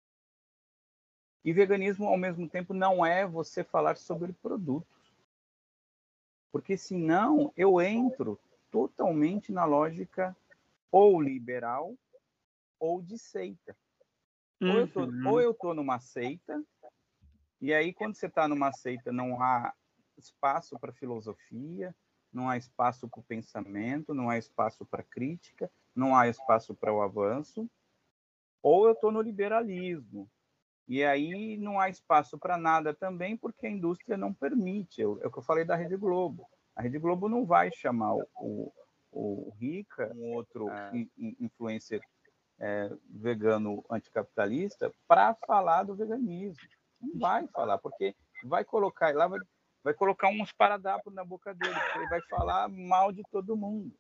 B: e veganismo, ao mesmo tempo, não é você falar sobre produtos. Porque senão eu entro totalmente na lógica ou liberal ou de seita. Ou eu tô,
A: Uhum.
B: ou eu tô numa seita, e aí quando você está numa seita não há espaço para filosofia, não há espaço para o pensamento, não há espaço para crítica, não há espaço para o avanço, ou eu estou no liberalismo, e aí não há espaço para nada também, porque a indústria não permite. É o que eu falei da Rede Globo. A Rede Globo não vai chamar o, o, o Rica, um outro ah. influencer é, vegano anticapitalista, para falar do veganismo. Não vai falar, porque vai colocar lá, vai, vai colocar uns paradapos na boca dele, porque ele vai falar mal de todo mundo.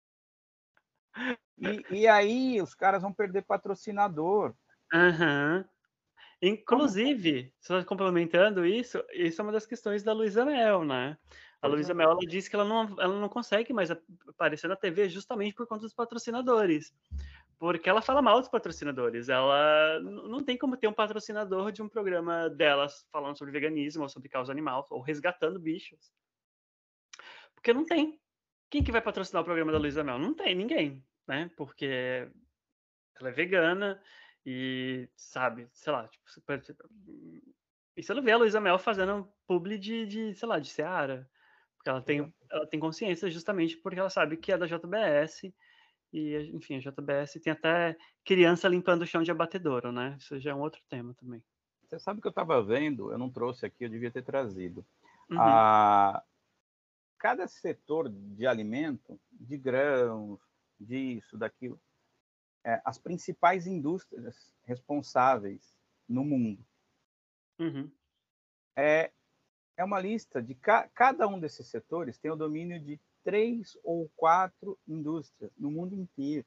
B: E, e aí os caras vão perder patrocinador.
A: Uhum. Inclusive, só complementando isso, isso é uma das questões da Luísa Mel, né? A Luísa Mel, ela disse que ela não, ela não consegue mais aparecer na T V justamente por conta dos patrocinadores. Porque ela fala mal dos patrocinadores. Ela não tem como ter um patrocinador de um programa delas falando sobre veganismo, ou sobre causa animal, ou resgatando bichos. Porque não tem. Quem que vai patrocinar o programa da Luísa Mel? Não tem ninguém, né? Porque ela é vegana e, sabe, sei lá, tipo, super... E você não vê a Luísa Mel fazendo publi de, de, sei lá, de Seara. Porque ela tem, ela tem consciência justamente porque ela sabe que é da J B S e, enfim, a J B S tem até criança limpando o chão de abatedouro, né? Isso já é um outro tema também.
B: Você sabe que eu estava vendo, eu não trouxe aqui, eu devia ter trazido.
A: Uhum.
B: A... Cada setor de alimento, de grãos, disso, daquilo, é, as principais indústrias responsáveis no mundo.
A: Uhum.
B: É, é uma lista de ca, cada um desses setores tem o domínio de três ou quatro indústrias no mundo inteiro.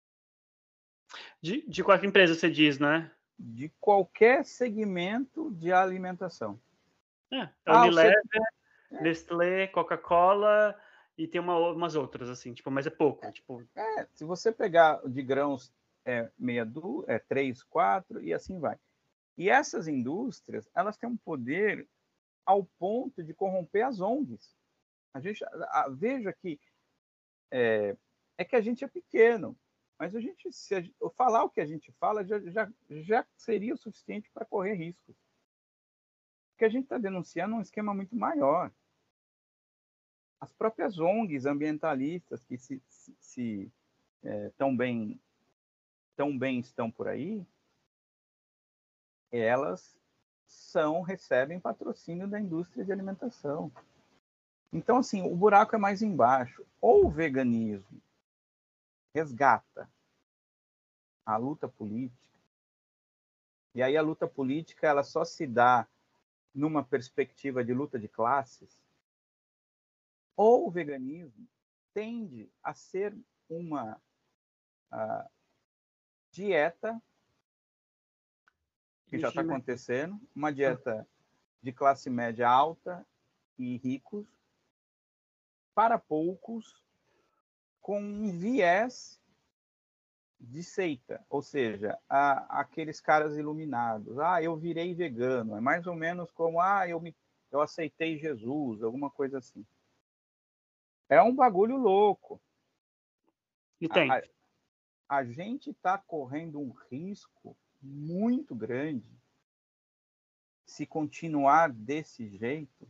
A: De, de qualquer empresa você diz, né?
B: De qualquer segmento de alimentação.
A: É,
B: Ah,
A: Unilever,
B: você...
A: Nestlé, Coca-Cola e tem uma, umas outras, assim, tipo, mas é pouco. Tipo...
B: É, se você pegar de grãos é, meia du, é três, quatro e assim vai. E essas indústrias, elas têm um poder ao ponto de corromper as O N Gs. A gente, a, a, veja que é, é que a gente é pequeno, mas a gente, se a, falar o que a gente fala já, já, já seria o suficiente para correr riscos. Porque a gente está denunciando um esquema muito maior. As próprias O N Gs ambientalistas que se, se, se é, tão bem tão bem estão por aí, elas são recebem patrocínio da indústria de alimentação. Então, assim, o buraco é mais embaixo. Ou o veganismo resgata a luta política, e aí a luta política ela só se dá numa perspectiva de luta de classes, ou o veganismo tende a ser uma uh, dieta, que já está acontecendo, uma dieta de classe média alta e ricos, para poucos, com um viés de seita, ou seja, a, aqueles caras iluminados. Ah, eu virei vegano. É mais ou menos como, ah, eu, me, eu aceitei Jesus, alguma coisa assim. É um bagulho louco.
A: E tem.
B: A, a, a gente está correndo um risco muito grande se continuar desse jeito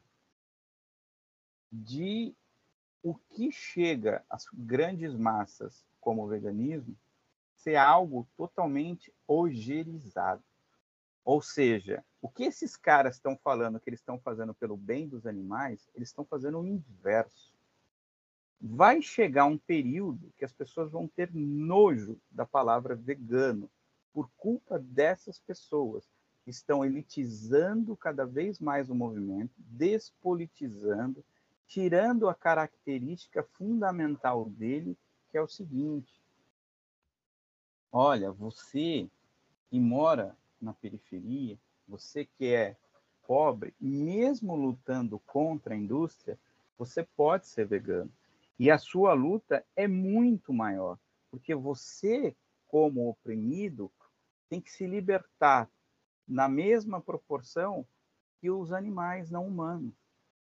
B: de o que chega às grandes massas como o veganismo ser algo totalmente ogerizado. Ou seja, o que esses caras estão falando que eles estão fazendo pelo bem dos animais, eles estão fazendo o inverso. Vai chegar um período que as pessoas vão ter nojo da palavra vegano por culpa dessas pessoas que estão elitizando cada vez mais o movimento, despolitizando, tirando a característica fundamental dele, que é o seguinte: olha, você que mora na periferia, você que é pobre, mesmo lutando contra a indústria, você pode ser vegano. E a sua luta é muito maior, porque você, como oprimido, tem que se libertar na mesma proporção que os animais não humanos.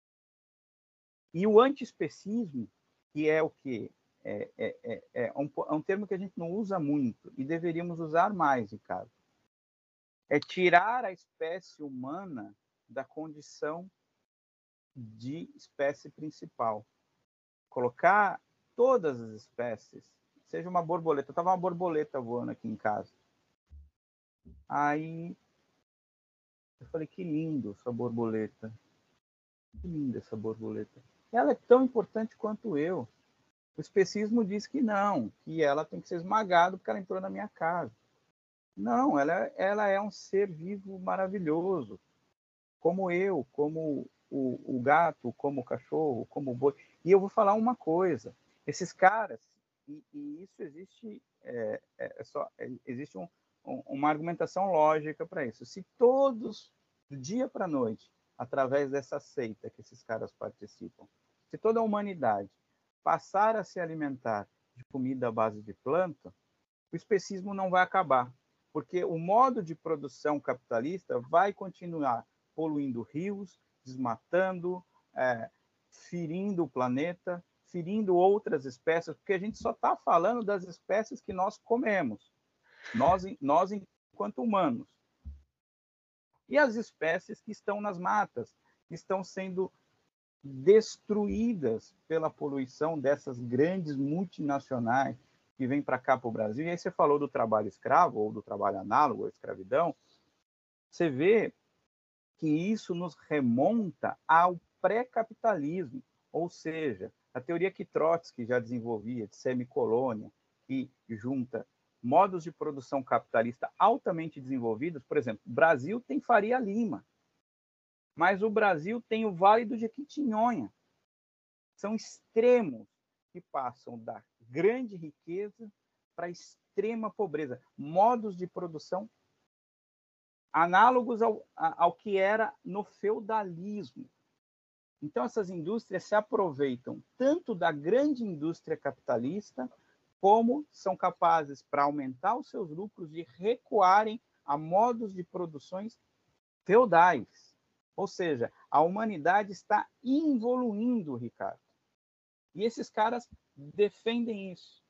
B: E o antiespecismo, que é o quê? É, é, é, é, um, é um termo que a gente não usa muito e deveríamos usar mais, Ricardo. É tirar a espécie humana da condição de espécie principal. Colocar todas as espécies, seja uma borboleta. Eu estava uma borboleta voando aqui em casa. Aí eu falei, que lindo essa borboleta. Que linda essa borboleta. Ela é tão importante quanto eu. O especismo diz que não, que ela tem que ser esmagada porque ela entrou na minha casa. Não, ela, ela é um ser vivo maravilhoso, como eu, como o, o gato, como o cachorro, como o boi. E eu vou falar uma coisa: esses caras, e, e isso existe, é, é só, é, existe um, um, uma argumentação lógica para isso. Se todos, do dia para a noite, através dessa seita que esses caras participam, se toda a humanidade passar a se alimentar de comida à base de planta, o especismo não vai acabar, porque o modo de produção capitalista vai continuar poluindo rios, desmatando, é, ferindo o planeta, ferindo outras espécies, porque a gente só está falando das espécies que nós comemos, nós, nós enquanto humanos. E as espécies que estão nas matas, que estão sendo destruídas pela poluição dessas grandes multinacionais que vêm para cá para o Brasil. E aí você falou do trabalho escravo, ou do trabalho análogo à escravidão. Você vê que isso nos remonta ao pré-capitalismo, ou seja, a teoria que Trotsky já desenvolvia, de semicolônia, que junta modos de produção capitalista altamente desenvolvidos. Por exemplo, o Brasil tem Faria Lima, mas o Brasil tem o Vale do Jequitinhonha. São extremos que passam da grande riqueza para a extrema pobreza, modos de produção análogos ao, ao que era no feudalismo. Então, essas indústrias se aproveitam tanto da grande indústria capitalista, como são capazes, para aumentar os seus lucros, de recuarem a modos de produções feudais. Ou seja, a humanidade está evoluindo, Ricardo. E esses caras defendem isso.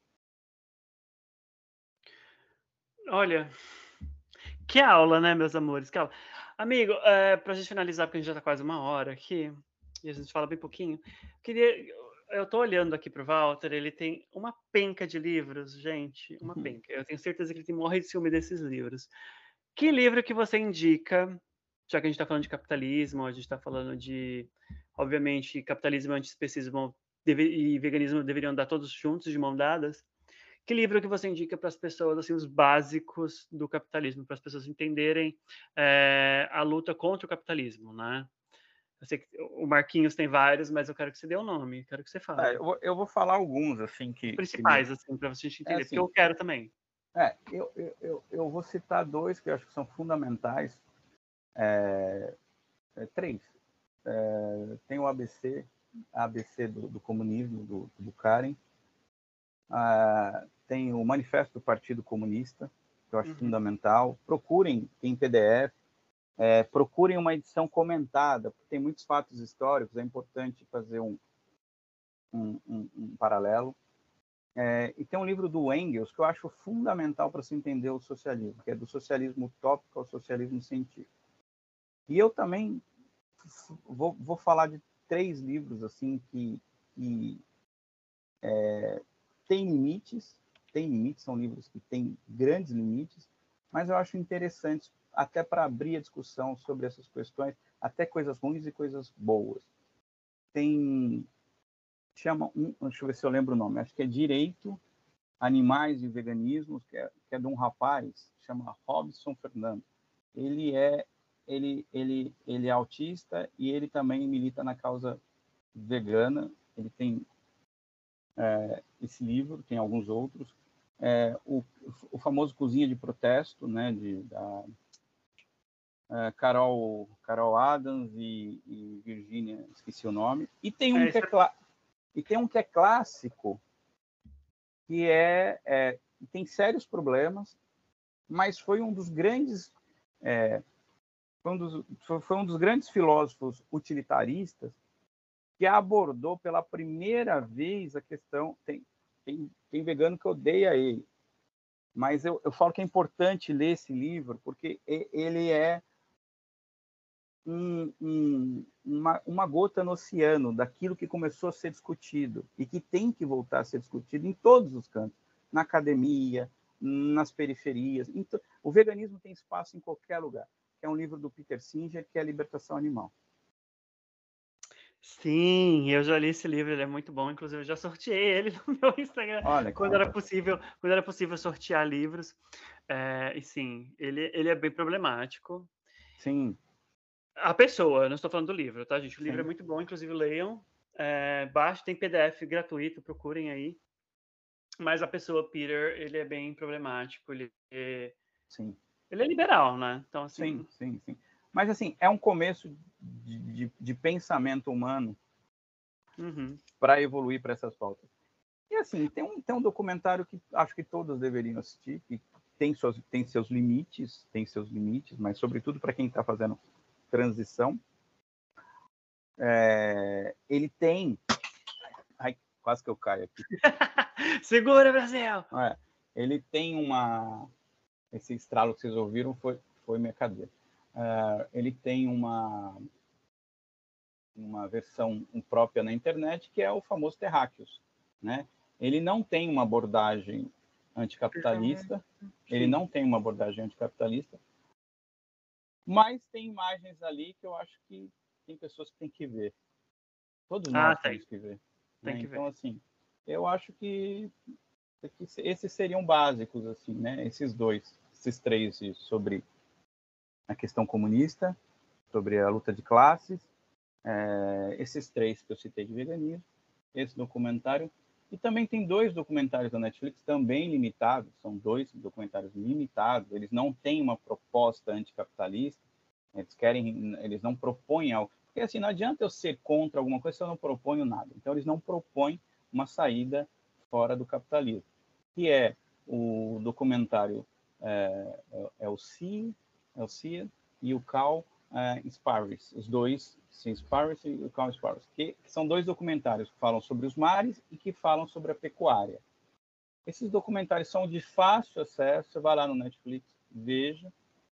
A: Olha, que aula, né, meus amores? Que aula. Amigo, é, para a gente finalizar, porque a gente já está quase uma hora aqui, e a gente fala bem pouquinho, queria... Eu tô olhando aqui pro Walter, ele tem uma penca de livros, gente, uma
B: Uhum.
A: penca. Eu tenho certeza que ele tem morre de ciúme desses livros. Que livro que você indica, já que a gente está falando de capitalismo, a gente está falando de, obviamente, capitalismo e antiespecismo deve, e veganismo deveriam andar todos juntos, de mão dadas. Que livro que você indica para as pessoas, assim, os básicos do capitalismo, para as pessoas entenderem é, a luta contra o capitalismo, né? Eu sei que o Marquinhos tem vários, mas eu quero que você dê o um nome, quero que você
B: É,
A: fale.
B: eu, vou, eu vou falar alguns, assim, que...
A: Principais,
B: que me...
A: assim, para você
B: é,
A: entender,
B: assim,
A: porque eu quero também.
B: É, eu, eu, eu, eu vou citar dois que eu acho que são fundamentais. É, é, três. É, tem o A B C, A B C do, do comunismo, do, do Karen. Ah, tem o Manifesto do Partido Comunista, que eu acho
A: Uhum.
B: fundamental. Procurem em P D F, é, procurem uma edição comentada, porque tem muitos fatos históricos, é importante fazer um, um, um, um paralelo. É, e tem um livro do Engels que eu acho fundamental para se entender o socialismo, que é do socialismo utópico ao socialismo científico. E eu também vou, vou falar de três livros assim que, que é, têm limites, tem limites, são livros que têm grandes limites, mas eu acho interessantes até para abrir a discussão sobre essas questões, até coisas ruins e coisas boas. Tem, chama um, deixa eu ver se eu lembro o nome, acho que é Direito, Animais e Veganismo, que é, que é de um rapaz, chama Robson Fernando. Ele é, ele, ele, ele é autista e ele também milita na causa vegana. Ele tem é, esse livro, tem alguns outros. É, o, o famoso Cozinha de Protesto, né, de, da é, Carol, Carol Adams e, e Virginia, esqueci o nome. E tem um
A: É,
B: que é,
A: é...
B: clá, e tem um que é clássico, que é, é tem sérios problemas, mas foi um dos grandes é, foi, um dos, foi um dos grandes filósofos utilitaristas que abordou pela primeira vez a questão. Tem, tem, tem vegano que odeia ele, mas eu, eu falo que é importante ler esse livro porque ele é um, um, uma, uma gota no oceano daquilo que começou a ser discutido e que tem que voltar a ser discutido em todos os cantos, na academia, nas periferias. Então, o veganismo tem espaço em qualquer lugar. É um livro do Peter Singer, que é a Libertação Animal.
A: Sim, eu já li esse livro, ele é muito bom, inclusive eu já sorteei ele no meu Instagram,
B: Olha,
A: quando era possível, quando era possível sortear livros. É, e sim, ele, ele é bem problemático.
B: Sim.
A: A pessoa, não estou falando do livro, tá, gente? O livro é
B: Sim.
A: muito bom, inclusive leiam. É, baixe, tem P D F gratuito, procurem aí. Mas a pessoa, Peter, ele é bem problemático, ele é,
B: Sim.
A: ele é liberal, né? Então,
B: Sim,
A: assim...
B: sim, sim. Mas, assim, é um começo de, de, de pensamento humano
A: Uhum.
B: para evoluir para essas pautas. E, assim, tem um, tem um documentário que acho que todos deveriam assistir, que tem, suas, tem seus limites, tem seus limites, mas, sobretudo, para quem está fazendo transição, é, ele tem... Ai, quase que eu caio aqui.
A: Segura, Brasil!
B: É, ele tem uma... Esse estralo que vocês ouviram foi, foi minha cadeira. Uh, ele tem uma... uma versão própria na internet, que é o famoso Terráqueos, né? Ele não tem uma abordagem anticapitalista, ele
A: Sim.
B: não tem uma abordagem anticapitalista, mas tem imagens ali que eu acho que tem pessoas que têm que ver. Todos nós
A: Ah, tem.
B: temos que ver.
A: Tem
B: Né?
A: que
B: Então,
A: ver.
B: assim, eu acho que, que esses seriam básicos, assim, né? Esses dois, esses três, sobre a questão comunista, sobre a luta de classes, é, esses três que eu citei de veganismo, esse documentário E também tem dois documentários da Netflix também limitados, são dois documentários limitados, eles não têm uma proposta anticapitalista, eles querem, eles não propõem algo. Porque assim, não adianta eu ser contra alguma coisa se eu não proponho nada. Então eles não propõem uma saída fora do capitalismo, que é o documentário é, é, é o C, é o C e o Cal é, Sparris, os dois, sim, Sparris e o Cal Sparris, que, que são dois documentários que falam sobre os mares e que falam sobre a pecuária. Esses documentários são de fácil acesso, você vai lá no Netflix, veja,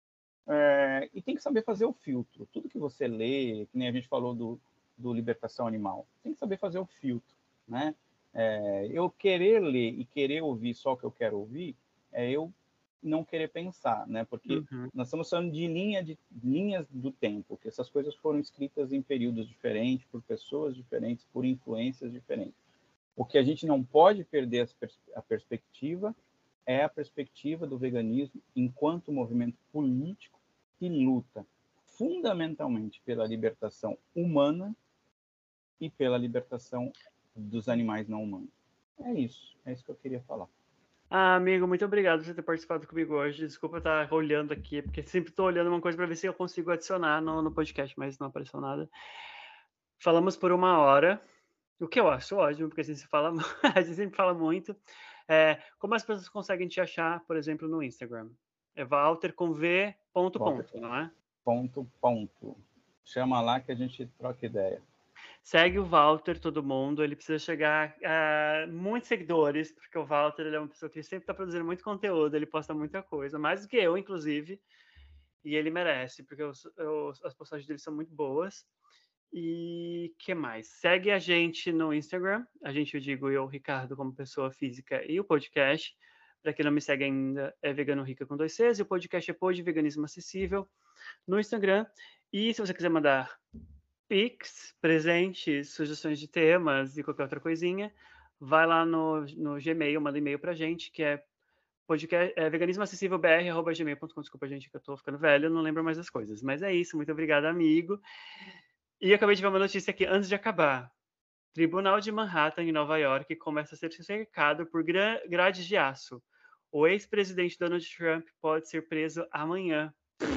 B: é, e tem que saber fazer o filtro. Tudo que você lê, que nem a gente falou do, do Libertação Animal, tem que saber fazer o filtro, né? É, eu querer ler e querer ouvir só o que eu quero ouvir, é eu não querer pensar, né? Porque
A: Uhum.
B: nós estamos falando de, linha de linhas do tempo, que essas coisas foram escritas em períodos diferentes, por pessoas diferentes, por influências diferentes. O que a gente não pode perder a perspectiva é a perspectiva do veganismo enquanto movimento político que luta fundamentalmente pela libertação humana e pela libertação dos animais não humanos. É isso, é isso que eu queria falar.
A: Ah, amigo, muito obrigado por você ter participado comigo hoje. Desculpa estar olhando aqui, porque sempre estou olhando uma coisa para ver se eu consigo adicionar no, no podcast, mas não apareceu nada. Falamos por uma hora, o que eu acho ótimo, porque a gente, fala, a gente sempre fala muito. É, como as pessoas conseguem te achar, por exemplo, no Instagram? É Walter com V, ponto,
B: Walter,
A: ponto, não é?
B: ponto, ponto. Chama lá que a gente troca ideia.
A: Segue o Walter, todo mundo. Ele precisa chegar a muitos seguidores, porque o Walter ele é uma pessoa que sempre está produzindo muito conteúdo, ele posta muita coisa, mais do que eu, inclusive. E ele merece, porque eu, eu, as postagens dele são muito boas. E que mais? Segue a gente no Instagram. A gente, eu digo eu, Ricardo, como pessoa física, e o podcast. Para quem não me segue ainda, é Vegano Rica com dois Cs. E o podcast é Pod Veganismo Acessível no Instagram. E se você quiser mandar Pix, presentes, sugestões de temas e qualquer outra coisinha, vai lá no, no Gmail, manda e-mail pra gente, que é podcast, é veganismoacessívelbr arroba gmail ponto com. Desculpa, gente, que eu tô ficando velho, não lembro mais das coisas. Mas é isso, muito obrigado, amigo. E acabei de ver uma notícia aqui antes de acabar. Tribunal de Manhattan, em Nova York, começa a ser cercado por gra grades de aço. O ex-presidente Donald Trump pode ser preso amanhã.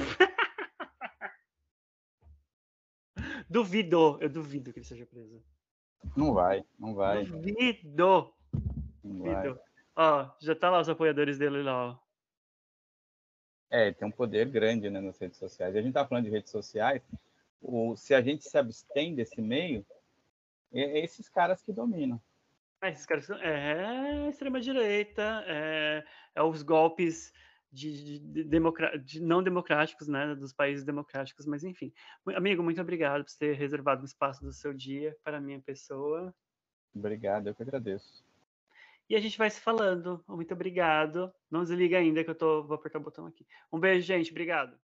A: Duvido, eu duvido que ele seja preso.
B: Não vai, não vai.
A: Duvido.
B: Não vai.
A: Duvido. Ó, já tá lá os apoiadores dele lá, ó.
B: É, tem um poder grande, né, nas redes sociais. E a gente tá falando de redes sociais, o, se a gente se abstém desse meio, é, é esses caras que dominam.
A: Ah, esses caras são, é extrema-direita, é, é os golpes de, de, de, democra- de não democráticos, né, dos países democráticos, mas enfim. Amigo, muito obrigado por ter reservado um espaço do seu dia para a minha pessoa.
B: Obrigado, eu que agradeço.
A: E a gente vai se falando. Muito obrigado. Não desliga ainda que eu tô, vou apertar o botão aqui. Um beijo, gente. Obrigado.